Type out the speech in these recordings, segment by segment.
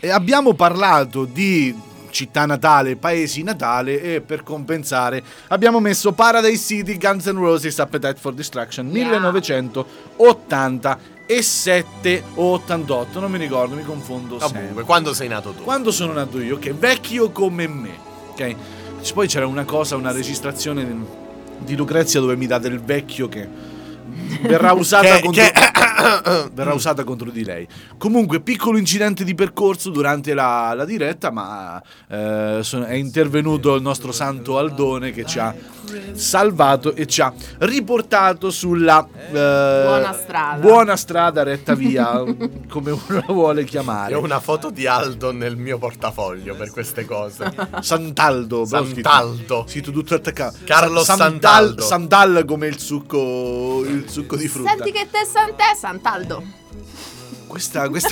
E abbiamo parlato di città natale, paesi natale, e per compensare abbiamo messo Paradise City, Guns N' Roses, Appetite for Destruction, 1987 o 88, non mi ricordo, mi confondo sempre. Quando sei nato tu? Quando sono nato io, che vecchio come me, ok? Poi c'era una registrazione di Lucrezia dove mi dà del vecchio che verrà usata verrà usata contro di lei. Comunque, piccolo incidente di percorso durante la diretta, ma è intervenuto il nostro santo Aldone che ci ha salvato e ci ha riportato sulla buona strada retta via, come uno la vuole chiamare. Io ho una foto di Aldo nel mio portafoglio per queste cose. Sant'Aldo. Sì, tu tutto attaccato. Carlo Sant'Aldo. Sant'Al come il succo di frutta. Senti che te Sant'Aldo. Questa mi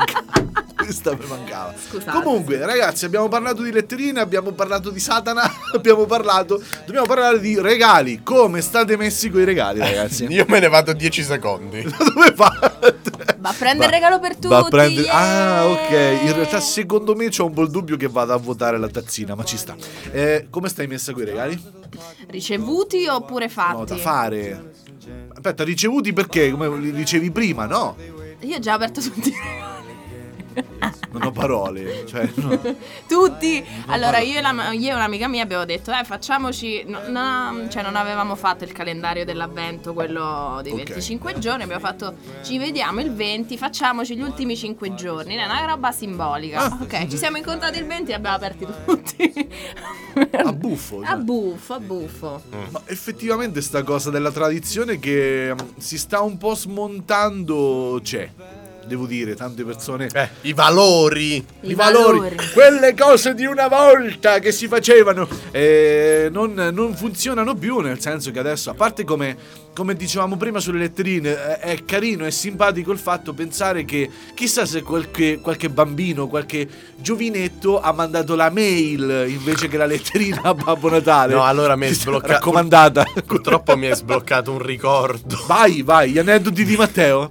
mancava. Scusate. Comunque, ragazzi, abbiamo parlato di letterine, abbiamo parlato di Satana, dobbiamo parlare di regali. Come state messi coi regali, ragazzi? Io me ne vado 10 secondi. Dove fate? Va a prendere il regalo per tutti. Yeah! Ah, ok. In realtà, secondo me, c'ho un po' il dubbio che vada a votare la tazzina, ma ci sta. Come stai messa coi regali? Ricevuti oppure fatti? No, da fare. Aspetta, ricevuti perché? Come li ricevi prima, no? Io ho già aperto tutti i regali. Non ho parole, cioè no. Tutti. Allora io e un'amica mia abbiamo detto facciamoci non avevamo fatto il calendario dell'avvento, quello dei 25 giorni. Abbiamo fatto ci vediamo il 20, facciamoci gli ultimi 5 giorni. È una roba simbolica. Ok, ci siamo incontrati il 20 e abbiamo aperti tutti. A buffo. A buffo. Ma effettivamente sta cosa della tradizione che si sta un po' smontando c'è. Devo dire, tante persone I valori, quelle cose di una volta che si facevano non funzionano più, nel senso che adesso, a parte come dicevamo prima sulle letterine, è carino, è simpatico il fatto pensare che chissà se qualche bambino, qualche giovinetto ha mandato la mail invece che la letterina a Babbo Natale. No, allora mi è sbloccato, raccomandata. Purtroppo mi è sbloccato un ricordo. Vai, gli aneddoti di Matteo.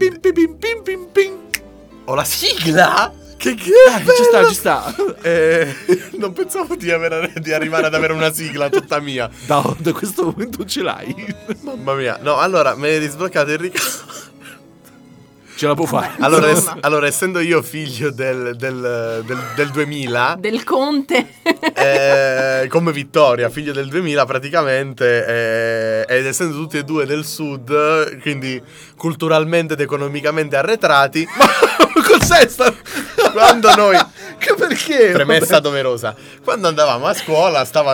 Ho la sigla? Che ci sta. Non pensavo di arrivare ad avere una sigla tutta mia. Da questo momento ce l'hai. Mamma mia. No, allora me ne hai risbloccato il ricordo. Ce la può fare. Allora, essendo io figlio del 2000, del conte, come Vittoria, figlio del 2000 praticamente, ed essendo tutti e due del sud, quindi culturalmente ed economicamente arretrati, ma cos'è sta? Quando noi perché? Premessa doverosa. Quando andavamo a scuola stava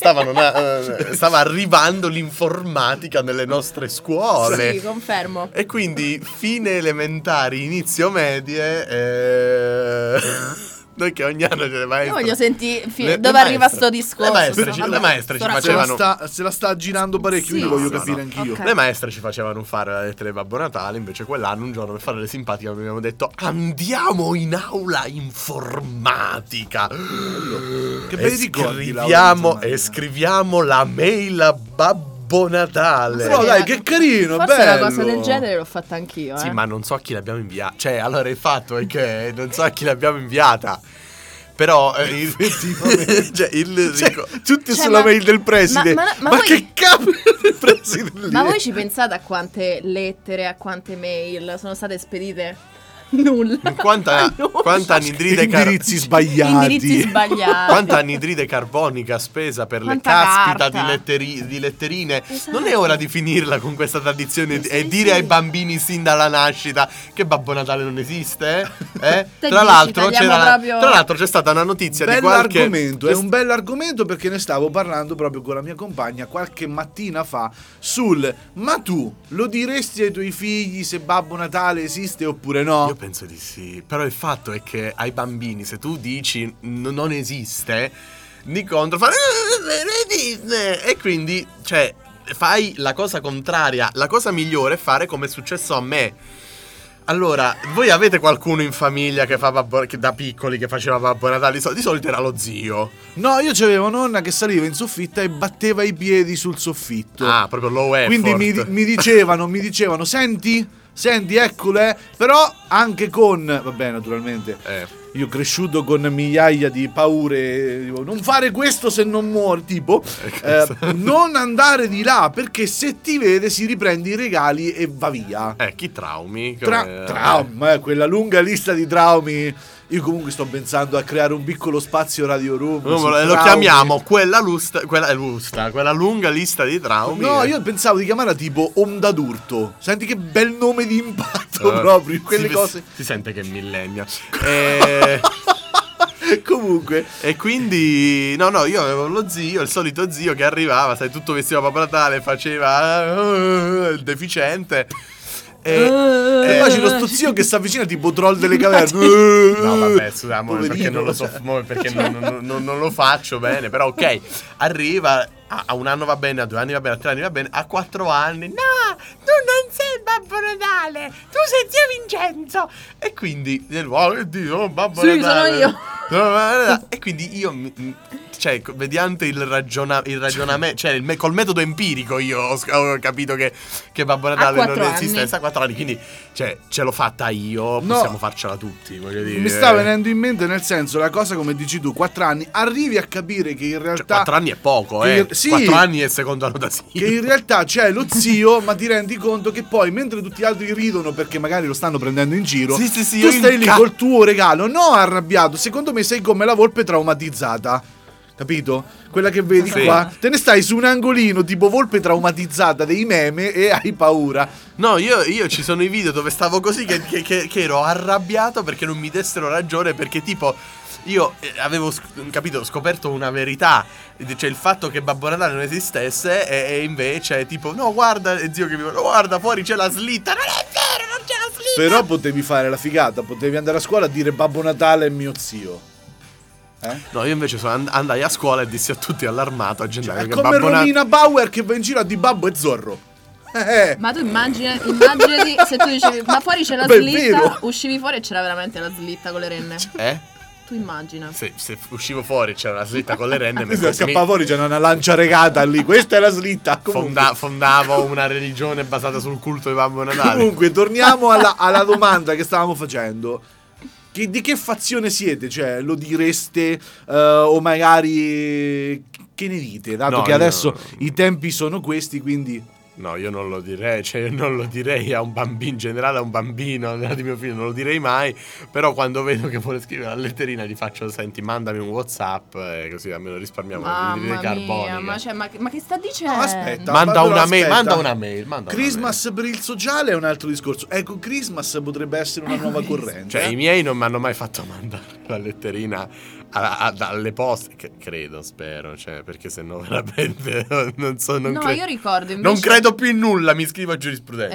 arrivando l'informatica nelle nostre scuole. Sì, confermo. E quindi fine elementari, inizio medie, noi che ogni anno ce le maestre. Io voglio sentire dove arriva sto discorso. Le maestre ci facevano. Se la sta girando parecchio, io voglio capire anch'io. Okay. Le maestre ci facevano fare la lettera di Babbo Natale. Invece quell'anno, un giorno, per fare le simpatiche, abbiamo detto andiamo in aula informatica. Che bei ricordi. E scriviamo la mail a Babbo Natale. No, dai, che carino, forse bello. una cosa del genere l'ho fatta anch'io. Sì, ma non so a chi l'abbiamo inviata. Cioè, allora il fatto è che non so a chi l'abbiamo inviata. Però tutti sulla mail del preside. Ma voi, che cavolo del preside lì? Ma voi ci pensate a quante lettere, a quante mail sono state spedite? Nulla. Quanta anidride indirizzi sbagliati. Quanta anidride carbonica spesa per quanta le caspita carta di letterine. Esatto. Non è ora di finirla con questa tradizione e dire ai bambini sin dalla nascita che Babbo Natale non esiste? Tra l'altro c'è stata una notizia di qualche argomento. È un bell'argomento perché ne stavo parlando proprio con la mia compagna qualche mattina fa ma tu lo diresti ai tuoi figli se Babbo Natale esiste oppure no? Io penso di sì, però il fatto è che ai bambini, se tu dici non esiste, di contro fanno esiste, e quindi, cioè, fai la cosa contraria. La cosa migliore è fare come è successo a me. Allora, voi avete qualcuno in famiglia che fa che da piccoli che faceva Babbo Natale? Di solito era lo zio. No, io c'avevo nonna che saliva in soffitta e batteva i piedi sul soffitto. Ah, proprio low effort. Quindi mi dicevano, senti, eccole, però anche con, vabbè, naturalmente, io cresciuto con migliaia di paure, tipo, non fare questo se non muori, tipo non andare di là perché se ti vede si riprende i regali e va via. Chi traumi? Trauma, quella lunga lista di traumi. Io comunque sto pensando a creare un piccolo spazio Radio Room. Lo chiamiamo quella lunga lista di traumi. No, io pensavo di chiamarla tipo Onda d'Urto. Senti che bel nome di impatto proprio. Quelle cose. Si sente che è millennial. Comunque. E quindi io avevo lo zio, il solito zio che arrivava, sai, tutto vestito a Babbo Natale, faceva il deficiente. Immagino sto zio che si avvicina tipo troll delle caverne. No vabbè, scusa, perché non lo so, perché non lo faccio bene. Però ok, arriva a 1 anno va bene, a 2 anni va bene, a 3 anni va bene, a 4 anni no, tu non sei Babbo Natale, tu sei zio Vincenzo. E quindi Babbo Natale sono io. E quindi io cioè, mediante il ragionamento, cioè col metodo empirico io ho capito che Babbo Natale non esiste a 4 anni, quindi cioè ce l'ho fatta io, possiamo farcela tutti, voglio dire. Mi sta venendo in mente, nel senso, la cosa come dici tu, 4 anni, arrivi a capire che in realtà 4 anni è poco, sì, 4 anni è secondo anno d'asilo. Che in realtà c'è lo zio, ma ti rendi conto che poi mentre tutti gli altri ridono perché magari lo stanno prendendo in giro, tu stai lì col tuo regalo, no arrabbiato, secondo me sei come la volpe traumatizzata. Capito? Quella che vedi qua. Te ne stai su un angolino tipo volpe traumatizzata dei meme e hai paura. No, io ci sono i video dove stavo così che ero arrabbiato perché non mi dessero ragione, perché tipo io avevo scoperto una verità, cioè il fatto che Babbo Natale non esistesse, e invece tipo no guarda, zio che mi guarda fuori c'è la slitta. Non è vero, non c'è la slitta. Però potevi fare la figata, potevi andare a scuola a dire Babbo Natale è mio zio. No, io invece andai a scuola e dissi a tutti allarmato a gennaio è che come Romina Bauer che va in giro a di Babbo e Zorro. Ma tu immaginati se tu dicevi ma fuori c'è la slitta, uscivi fuori e c'era veramente la slitta con le renne. Tu immagina. Se uscivo fuori c'era la slitta con le renne, scappava fuori, c'era una lancia regata lì. Questa è la slitta. Fondavo una religione basata sul culto di Babbo Natale. Comunque torniamo alla domanda che stavamo facendo. Di che fazione siete? Cioè, lo direste o magari che ne dite? Dato che adesso i tempi sono questi, quindi... No, io non lo direi, cioè non lo direi a un bambino, in generale a un bambino di mio figlio non lo direi mai, però quando vedo che vuole scrivere la letterina gli faccio senti mandami un WhatsApp, così almeno risparmiamo l'anidride carbonica. Ma che sta dicendo? No, aspetta, manda una mail. Christmas per il sociale è un altro discorso. Ecco, Christmas potrebbe essere una nuova corrente. Cioè i miei non mi hanno mai fatto mandare la letterina dalle poste, spero, cioè, perché sennò veramente io ricordo invece, non credo più in nulla, mi iscrivo a giurisprudenza.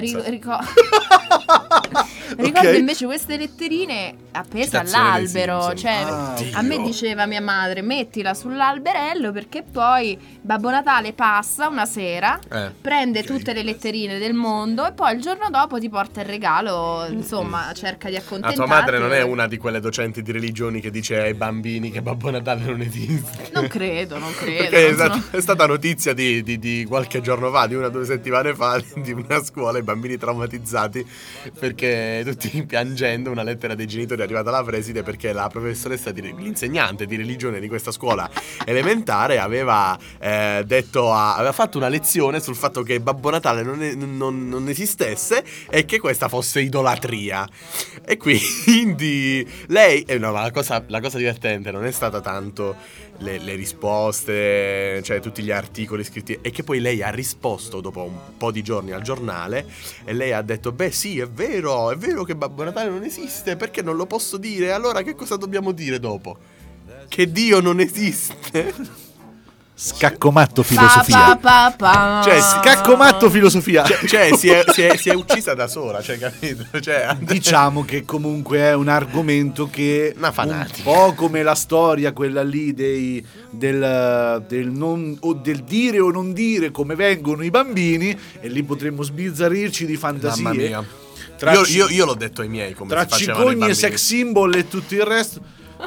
Ricordo invece queste letterine appese all'albero, cioè a me diceva mia madre mettila sull'alberello perché poi Babbo Natale passa una sera, prende tutte le letterine del mondo e poi il giorno dopo ti porta il regalo, insomma cerca di accontentarti. La tua madre non è una di quelle docenti di religioni che dice ai bambini che Babbo Natale non esiste? Non credo. Perché è stata notizia di qualche giorno fa, di 1 o 2 settimane fa, di una scuola, i bambini traumatizzati perché tutti piangendo, una lettera dei genitori arrivata alla preside perché la professoressa, l'insegnante di religione di questa scuola elementare aveva fatto una lezione sul fatto che Babbo Natale non esistesse e che questa fosse idolatria. E quindi lei la cosa divertente non è stata tanto le risposte, cioè tutti gli articoli scritti, e che poi lei ha risposto dopo un po' di giorni al giornale e lei ha detto beh sì, è vero che Babbo Natale non esiste, perché non lo posso dire, allora che cosa dobbiamo dire dopo? Che Dio non esiste? Scaccomatto filosofia. Cioè, scaccomatto filosofia. Cioè si è uccisa da sola, cioè, capito? Cioè, diciamo che comunque è un argomento che un po' come la storia, quella lì del dire o non dire come vengono i bambini, e lì potremmo sbizzarrirci di fantasie. Mamma mia. Io l'ho detto ai miei come tra si facevano i cicogne, sex symbol e tutto il resto.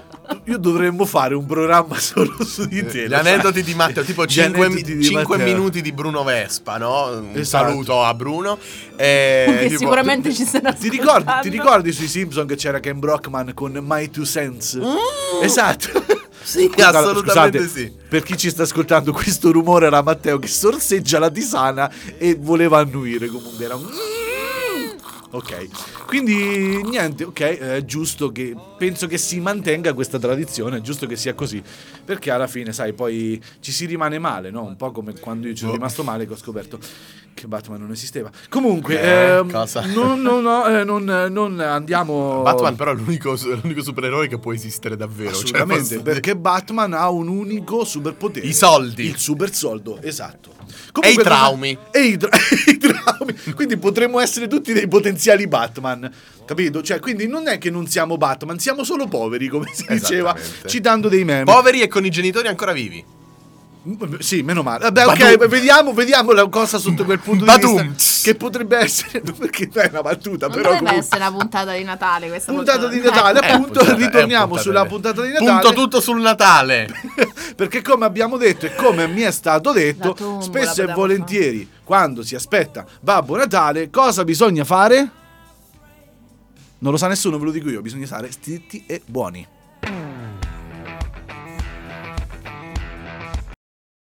Io dovremmo fare un programma solo su di te. Gli aneddoti di Matteo, tipo 5 Matteo. minuti di Bruno Vespa, no? Un Esatto. saluto a Bruno. Che Tipo, sicuramente ci sarà. Ti ricordi sui Simpson che c'era Ken Brockman con My Two Cents? Esatto. Sì, Allora, assolutamente scusate, sì. Per chi ci sta ascoltando, questo rumore era Matteo che sorseggia la tisana e voleva annuire. Comunque era un... Ok, quindi niente, ok, è giusto che penso che si mantenga questa tradizione, è giusto che sia così, perché alla fine, sai, poi ci si rimane male, no? Un po' come quando io ci sono rimasto male che ho scoperto che Batman non esisteva. Comunque, cosa? non andiamo... Batman però è l'unico supereroe che può esistere davvero. Assolutamente, cioè, perché Batman ha un unico superpotere. I soldi. Il super soldo, esatto. E i traumi. E i traumi. Quindi potremmo essere tutti dei potenziali Batman, capito? Cioè, quindi non è che non siamo Batman, siamo solo poveri, come si diceva, citando dei meme. Poveri e con i genitori ancora vivi. Sì, meno male. Vabbè, ok, vediamo la cosa sotto quel punto di vista. Che potrebbe essere, perché è una battuta, Non però dovrebbe essere una puntata di Natale questa puntata di Natale, appunto, ritorniamo sulla puntata di Natale. Punto tutto sul Natale. Perché come abbiamo detto e come mi è stato detto, spesso e volentieri quando si aspetta Babbo Natale, cosa bisogna fare? Non lo sa nessuno, ve lo dico io, bisogna stare zitti e buoni.